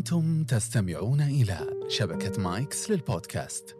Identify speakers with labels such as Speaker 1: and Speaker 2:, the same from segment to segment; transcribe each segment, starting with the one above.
Speaker 1: أنتم تستمعون إلى شبكة مايكس للبودكاست.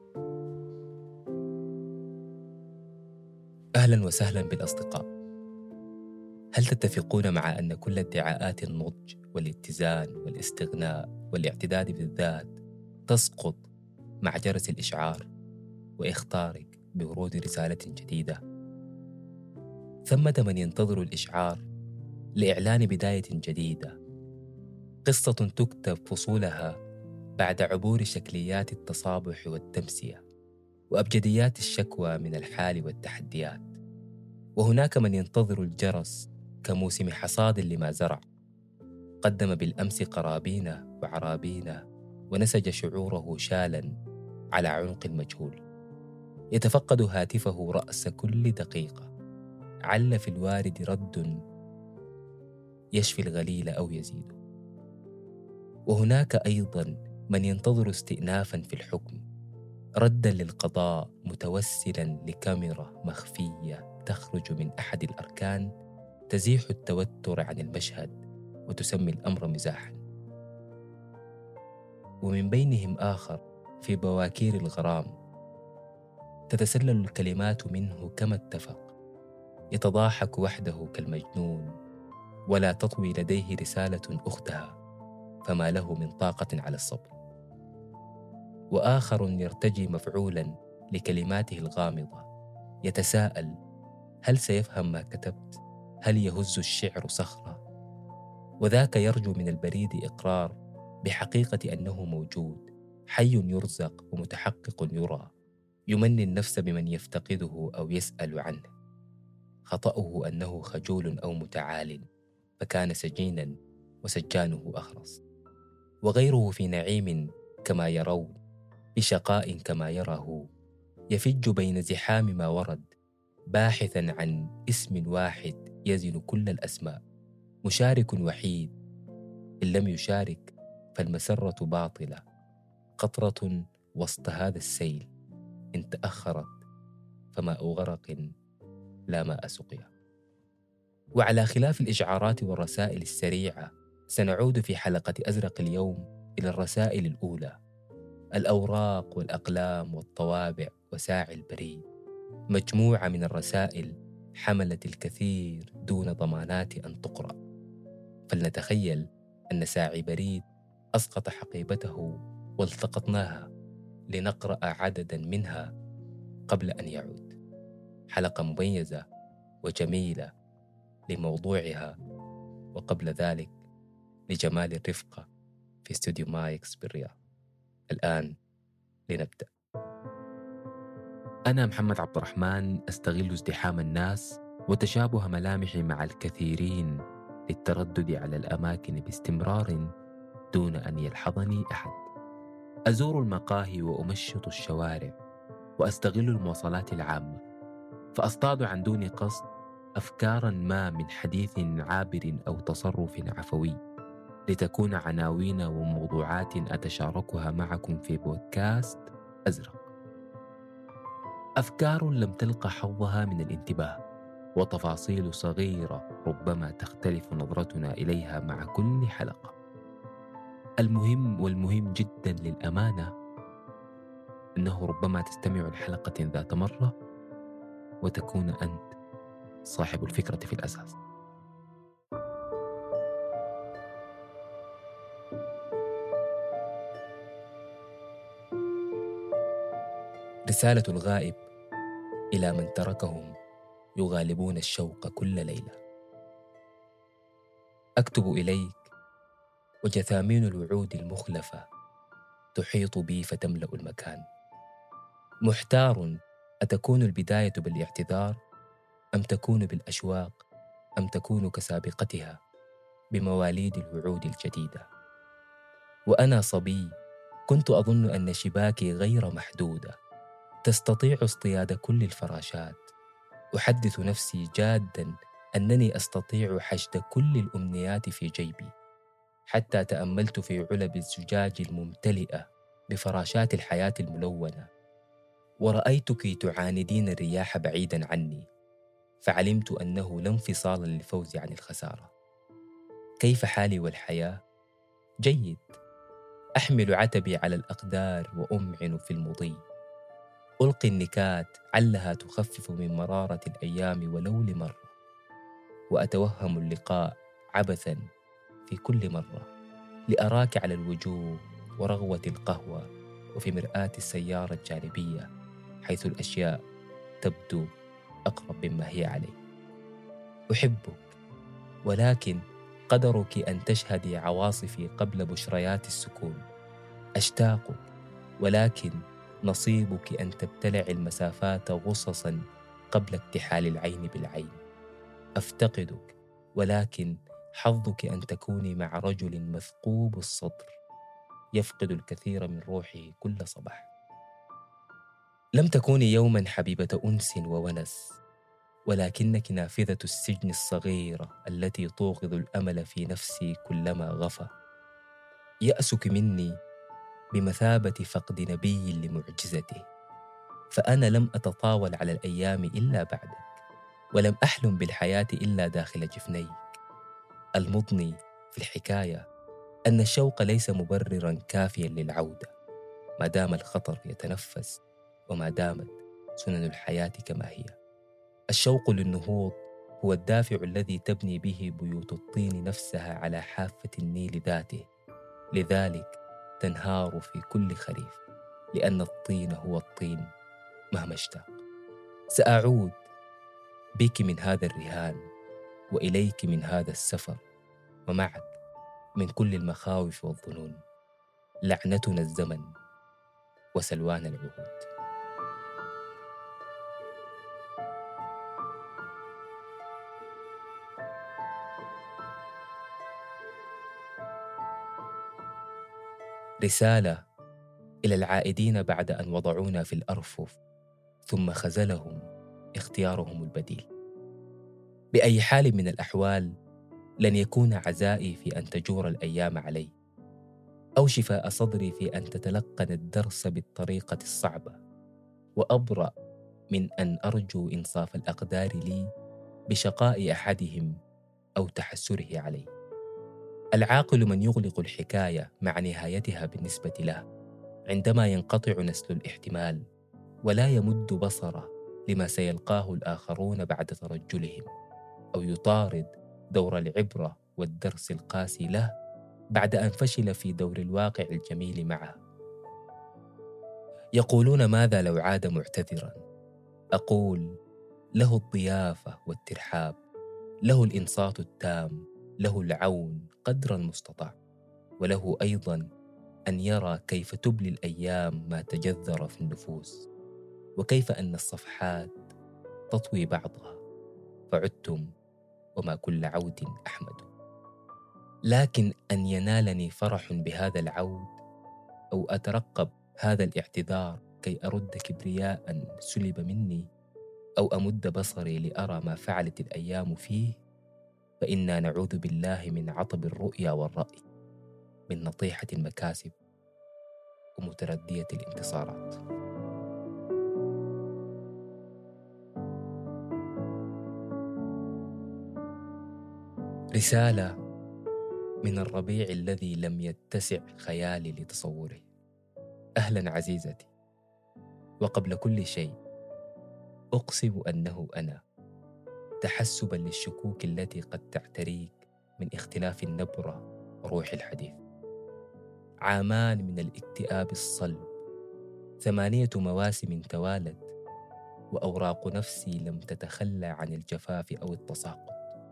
Speaker 2: أهلا وسهلا بالأصدقاء. هل تتفقون مع أن كل ادعاءات النضج والاتزان والاستغناء والاعتداد بالذات تسقط مع جرس الإشعار وإخطارك بورود رسالة جديدة؟ ثمة من ينتظر الإشعار لإعلان بداية جديدة، قصة تكتب فصولها بعد عبور شكليات التصابح والتمسية وأبجديات الشكوى من الحال والتحديات. وهناك من ينتظر الجرس كموسم حصاد لما زرع، قدم بالأمس قرابين وعرابين ونسج شعوره شالا على عنق المجهول، يتفقد هاتفه رأس كل دقيقة، عل في الوارد رد يشفي الغليل أو يزيده. وهناك أيضا من ينتظر استئنافا في الحكم، ردا للقضاء متوسلا لكاميرا مخفية تخرج من أحد الأركان تزيح التوتر عن المشهد وتسمي الأمر مزاحا. ومن بينهم آخر في بواكير الغرام تتسلل الكلمات منه كما اتفق، يتضاحك وحده كالمجنون ولا تطوي لديه رسالة أختها، فما له من طاقة على الصبر. وآخر يرتجي مفعولا لكلماته الغامضة، يتساءل: هل سيفهم ما كتبت؟ هل يهز الشعر صخرة؟ وذاك يرجو من البريد إقرار بحقيقة أنه موجود، حي يرزق ومتحقق يرى، يمني النفس بمن يفتقده أو يسأل عنه. خطأه أنه خجول أو متعال، فكان سجينا وسجانه أخرس. وغيره في نعيم كما يرون، بشقاء كما يرى هو، يفج بين زحام ما ورد، باحثا عن اسم واحد يزن كل الأسماء، مشارك وحيد، إن لم يشارك فالمسرة باطلة، قطرة وسط هذا السيل، إن تأخرت فماء غرق لا ماء سقيا. وعلى خلاف الإشعارات والرسائل السريعة، سنعود في حلقة أزرق اليوم إلى الرسائل الأولى، الأوراق والأقلام والطوابع وساعي البريد، مجموعة من الرسائل حملت الكثير دون ضمانات أن تقرأ. فلنتخيل أن ساعي بريد أسقط حقيبته والتقطناها لنقرأ عددا منها قبل أن يعود. حلقة مميزة وجميلة لموضوعها، وقبل ذلك لجمال الرفقة في استوديو مايكس بالرياض. الآن لنبدأ. أنا محمد عبد الرحمن، أستغل ازدحام الناس وتشابه ملامحي مع الكثيرين للتردد على الأماكن باستمرار دون أن يلحظني أحد. أزور المقاهي وأمشط الشوارع وأستغل المواصلات العامة، فأصطاد عن دون قصد أفكاراً ما من حديث عابر أو تصرف عفوي، لتكون عناوين وموضوعات أتشاركها معكم في بودكاست أزرق. أفكار لم تلق حظها من الانتباه، وتفاصيل صغيرة ربما تختلف نظرتنا إليها مع كل حلقة. المهم جدا للأمانة أنه ربما تستمع الحلقة ذات مرة وتكون أنت صاحب الفكرة في الأساس. رسالة الغائب إلى من تركهم يغالبون الشوق كل ليلة. أكتب إليك وجثامين الوعود المخلفة تحيط بي فتملأ المكان. محتار، أتكون البداية بالاعتذار أم تكون بالأشواق أم تكون كسابقتها بمواليد الوعود الجديدة. وأنا صبي كنت أظن أن شباكي غير محدودة، تستطيع اصطياد كل الفراشات. أحدث نفسي جاداً أنني أستطيع حشد كل الأمنيات في جيبي، حتى تأملت في علب الزجاج الممتلئة بفراشات الحياة الملونة، ورأيتك تعاندين الرياح بعيداً عني، فعلمت أنه لا انفصال للفوز عن الخسارة. كيف حالي والحياة؟ جيد. أحمل عتبي على الأقدار وأمعن في المضي. ألقي النكات علها تخفف من مرارة الأيام ولو لمرة، وأتوهم اللقاء عبثا في كل مرة، لأراك على الوجوه ورغوة القهوة وفي مرآة السيارة الجانبية، حيث الأشياء تبدو أقرب مما هي عليه. أحبك، ولكن قدرك أن تشهدي عواصفي قبل بشريات السكون. أشتاقك، ولكن نصيبك أن تبتلع المسافات غصصا قبل اكتحال العين بالعين. أفتقدك، ولكن حظك أن تكوني مع رجل مثقوب الصدر يفقد الكثير من روحه كل صباح. لم تكوني يوما حبيبة أنس وونس، ولكنك نافذة السجن الصغيرة التي توقظ الأمل في نفسي كلما غفى. يأسك مني بمثابة فقد نبي لمعجزته، فأنا لم أتطاول على الأيام إلا بعدك، ولم أحلم بالحياة إلا داخل جفنيك. المضني في الحكاية أن الشوق ليس مبرراً كافياً للعودة، ما دام الخطر يتنفس وما دامت سنن الحياة كما هي. الشوق للنهوض هو الدافع الذي تبني به بيوت الطين نفسها على حافة النيل ذاته، لذلك تنهار في كل خريف، لأن الطين هو الطين مهما اشتاق. سأعود بك من هذا الرهان، وإليك من هذا السفر، ومعك من كل المخاوف والظنون. لعنتنا الزمن وسلوان العهود. رسالة إلى العائدين بعد أن وضعونا في الأرفف ثم خذلهم اختيارهم البديل. بأي حال من الأحوال لن يكون عزائي في أن تجور الأيام علي، أو شفاء صدري في أن تتلقن الدرس بالطريقة الصعبة، وأبرأ من أن أرجو إنصاف الأقدار لي بشقاء أحدهم أو تحسره علي. العاقل من يغلق الحكاية مع نهايتها بالنسبة له عندما ينقطع نسل الاحتمال، ولا يمد بصره لما سيلقاه الآخرون بعد ترجلهم، أو يطارد دور العبرة والدرس القاسي له بعد أن فشل في دور الواقع الجميل معه. يقولون ماذا لو عاد معتذرا؟ أقول له الضيافة والترحاب، له الإنصات التام، له العون قدر المستطاع، وله أيضا أن يرى كيف تبلي الأيام ما تجذر في النفوس، وكيف أن الصفحات تطوي بعضها، فعدتم وما كل عود أحمد. لكن أن ينالني فرح بهذا العود، أو أترقب هذا الاعتذار كي أرد كبرياء سلب مني، أو أمد بصري لأرى ما فعلت الأيام فيه، فإنا نعوذ بالله من عطب الرؤيا والرأي، من نطيحة المكاسب ومتردية الانتصارات. رسالة من الربيع الذي لم يتسع خيالي لتصوره. أهلا عزيزتي، وقبل كل شيء أقسم أنه أنا، تحسبا للشكوك التي قد تعتريك من اختلاف النبرة وروح الحديث. عامان من الاكتئاب الصلب، 8 مواسم توالت، وأوراق نفسي لم تتخلى عن الجفاف أو التساقط.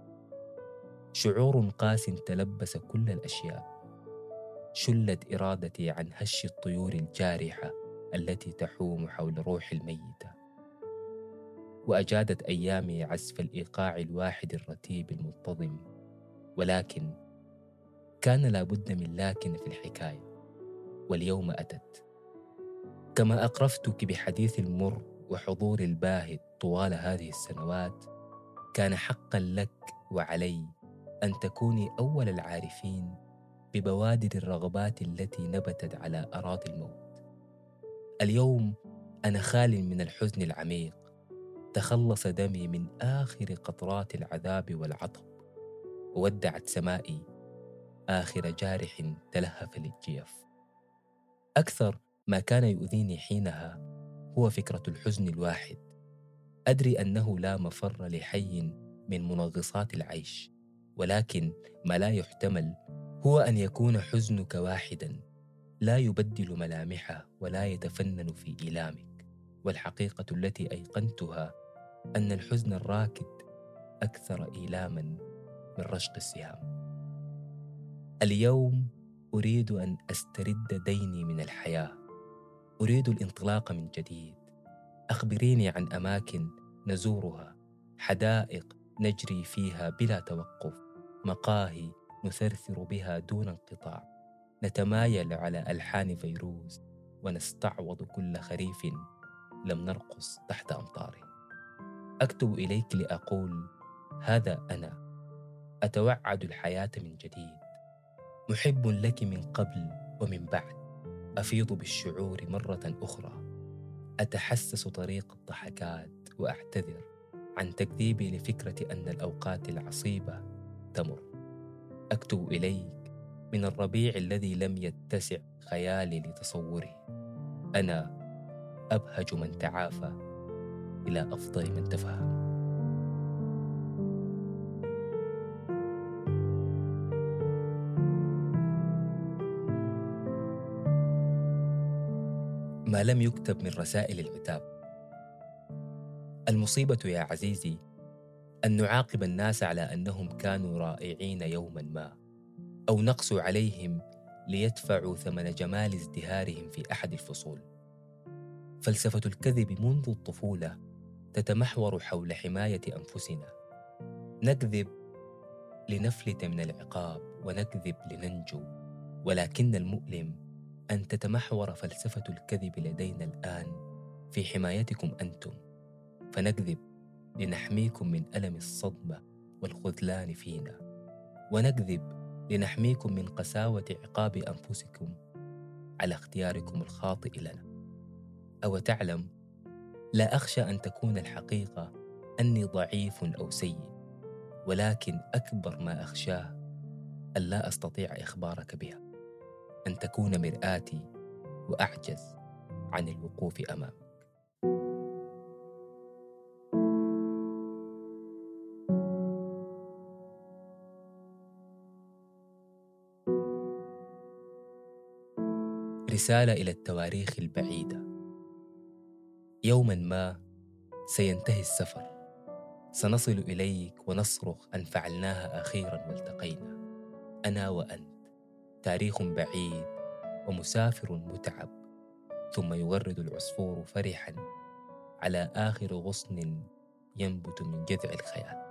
Speaker 2: شعور قاس تلبس كل الأشياء، شلت إرادتي عن هش الطيور الجارحة التي تحوم حول روح الميتة، وأجادت أيامي عزف الإيقاع الواحد الرتيب المنتظم. ولكن كان لابد من لكن في الحكاية، واليوم أتت. كما أقرفتك بحديث المر وحضور الباهت طوال هذه السنوات، كان حقا لك وعلي أن تكوني أول العارفين ببوادر الرغبات التي نبتت على أراضي الموت. اليوم أنا خال من الحزن العميق، تخلص دمي من آخر قطرات العذاب والعطب، وودعت سمائي آخر جارح تلهف للجيف. أكثر ما كان يؤذيني حينها هو فكرة الحزن الواحد. أدري أنه لا مفر لحي من منغصات العيش، ولكن ما لا يحتمل هو أن يكون حزنك واحدا لا يبدل ملامحه ولا يتفنن في إيلامك. والحقيقة التي أيقنتها أن الحزن الراكد أكثر إيلاما من رشق السهام. اليوم أريد أن أسترد ديني من الحياة، أريد الانطلاق من جديد. أخبريني عن أماكن نزورها، حدائق نجري فيها بلا توقف، مقاهي نثرثر بها دون انقطاع، نتمايل على ألحان فيروز ونستعوض كل خريف لم نرقص تحت أمطاره. أكتب إليك لأقول هذا أنا، أتوعد الحياة من جديد، محب لك من قبل ومن بعد، أفيض بالشعور مرة أخرى، أتحسس طريق الضحكات وأعتذر عن تكذيبي لفكرة أن الأوقات العصيبة تمر. أكتب إليك من الربيع الذي لم يتسع خيالي لتصوره، أنا أبهج من تعافى إلى أفضل من تفهم. ما لم يكتب من رسائل العتاب. المصيبة يا عزيزي أن نعاقب الناس على أنهم كانوا رائعين يوما ما، أو نقسو عليهم ليدفعوا ثمن جمال ازدهارهم في أحد الفصول. فلسفة الكذب منذ الطفولة تتمحور حول حماية أنفسنا. نكذب لنفلت من العقاب ونكذب لننجو، ولكن المؤلم أن تتمحور فلسفة الكذب لدينا الآن في حمايتكم أنتم، فنكذب لنحميكم من ألم الصدمة والخذلان فينا، ونكذب لنحميكم من قساوة عقاب أنفسكم على اختياركم الخاطئ لنا. أو تعلم، لا أخشى أن تكون الحقيقة أني ضعيف أو سيء، ولكن أكبر ما أخشاه أن لا أستطيع إخبارك بها، أن تكون مرآتي وأعجز عن الوقوف أمامك. رسالة إلى التواريخ البعيدة. يوما ما سينتهي السفر، سنصل إليك ونصرخ أن فعلناها أخيرا والتقينا، أنا وأنت، تاريخ بعيد ومسافر متعب، ثم يغرد العصفور فرحا على آخر غصن ينبت من جذع الخيال.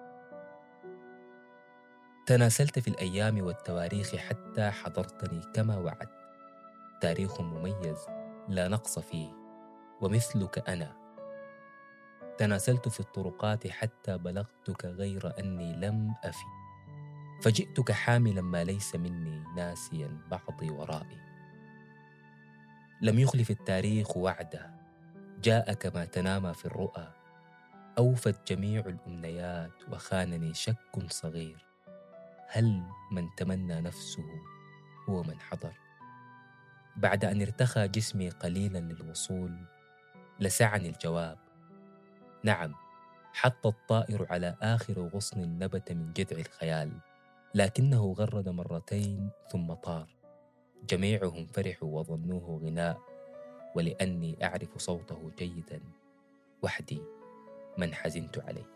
Speaker 2: تناسلت في الأيام والتواريخ حتى حضرتني كما وعدت، تاريخ مميز لا نقص فيه، ومثلك أنا. تناسلت في الطرقات حتى بلغتك غير أني لم أفي، فجئتك حاملا ما ليس مني، ناسيا بعضي ورائي. لم يخلف التاريخ وعده، جاء كما تنامى في الرؤى، أوفت جميع الأمنيات وخانني شك صغير، هل من تمنى نفسه هو من حضر؟ بعد أن ارتخى جسمي قليلا للوصول لسعني الجواب، نعم، حط الطائر على آخر غصن نبت من جذع الخيال، لكنه غرد مرتين ثم طار. جميعهم فرحوا وظنوه غناء، ولأني أعرف صوته جيدا، وحدي من حزنت عليه.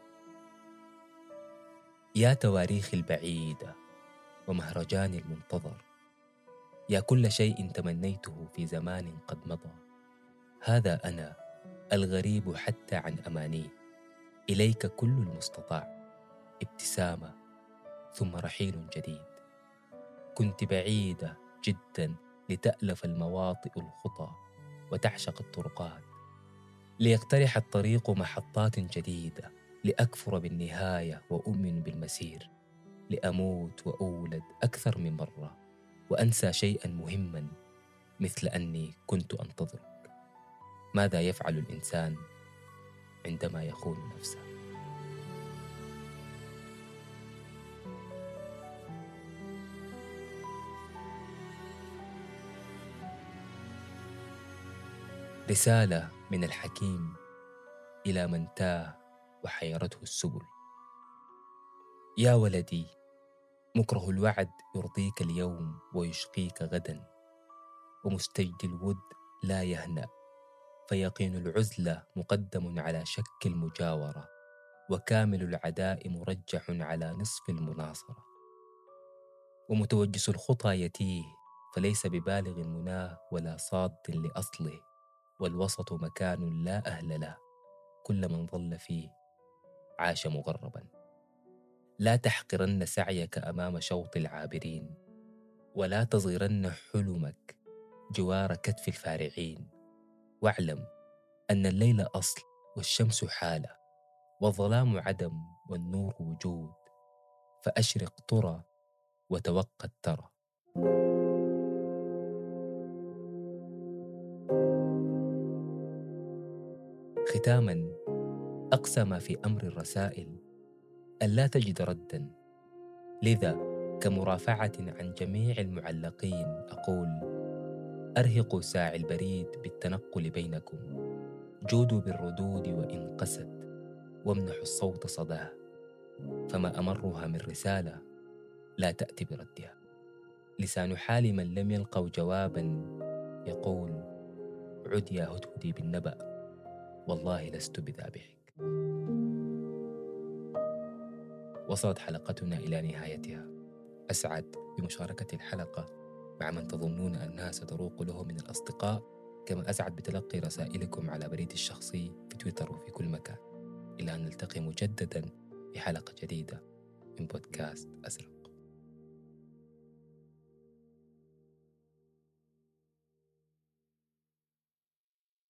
Speaker 2: يا تواريخ البعيدة ومهرجان المنتظر، يا كل شيء تمنيته في زمان قد مضى، هذا أنا الغريب حتى عن أماني، إليك كل المستطاع، ابتسامة ثم رحيل جديد. كنت بعيدة جدا لتألف المواطئ الخطى وتعشق الطرقات، ليقترح الطريق محطات جديدة، لأكفر بالنهاية وأؤمن بالمسير، لأموت وأولد أكثر من مرة وأنسى شيئا مهما مثل أني كنت أنتظرك. ماذا يفعل الإنسان عندما يخون نفسه؟ رسالة من الحكيم إلى من تاه وحيرته السبل. يا ولدي، مكره الوعد يرضيك اليوم ويشقيك غدا، ومستجدي الود لا يهنأ، فيقين العزلة مقدم على شك المجاورة، وكامل العداء مرجح على نصف المناصرة. ومتوجس الخطى يتيه، فليس ببالغ مناه ولا صاد لأصله، والوسط مكان لا أهل له، كل من ظل فيه عاش مغربا. لا تحقرن سعيك أمام شوط العابرين، ولا تصغرن حلمك جوار كتف الفارعين. واعلم أن الليل أصل والشمس حالة، والظلام عدم والنور وجود، فأشرق ترى وتوقد ترى. ختاما، أقسى ما في أمر الرسائل ألا تجد ردا، لذا كمرافعة عن جميع المعلقين أقول: أرهقوا ساعي البريد بالتنقل بينكم، جودوا بالردود وإن قست، وامنحوا الصوت صداه، فما أمرها من رسالة لا تأتي بردها. لسان حال من لم يلقوا جوابا يقول: عد يا هدهدي بالنبأ، والله لست بذابحك. وصلت حلقتنا إلى نهايتها. أسعد بمشاركة الحلقة مع من تظنون أنها ستروق له من الأصدقاء، كما أسعد بتلقي رسائلكم على بريدي الشخصي في تويتر وفي كل مكان. إلى أن نلتقي مجددا في حلقة جديدة من بودكاست أزرق.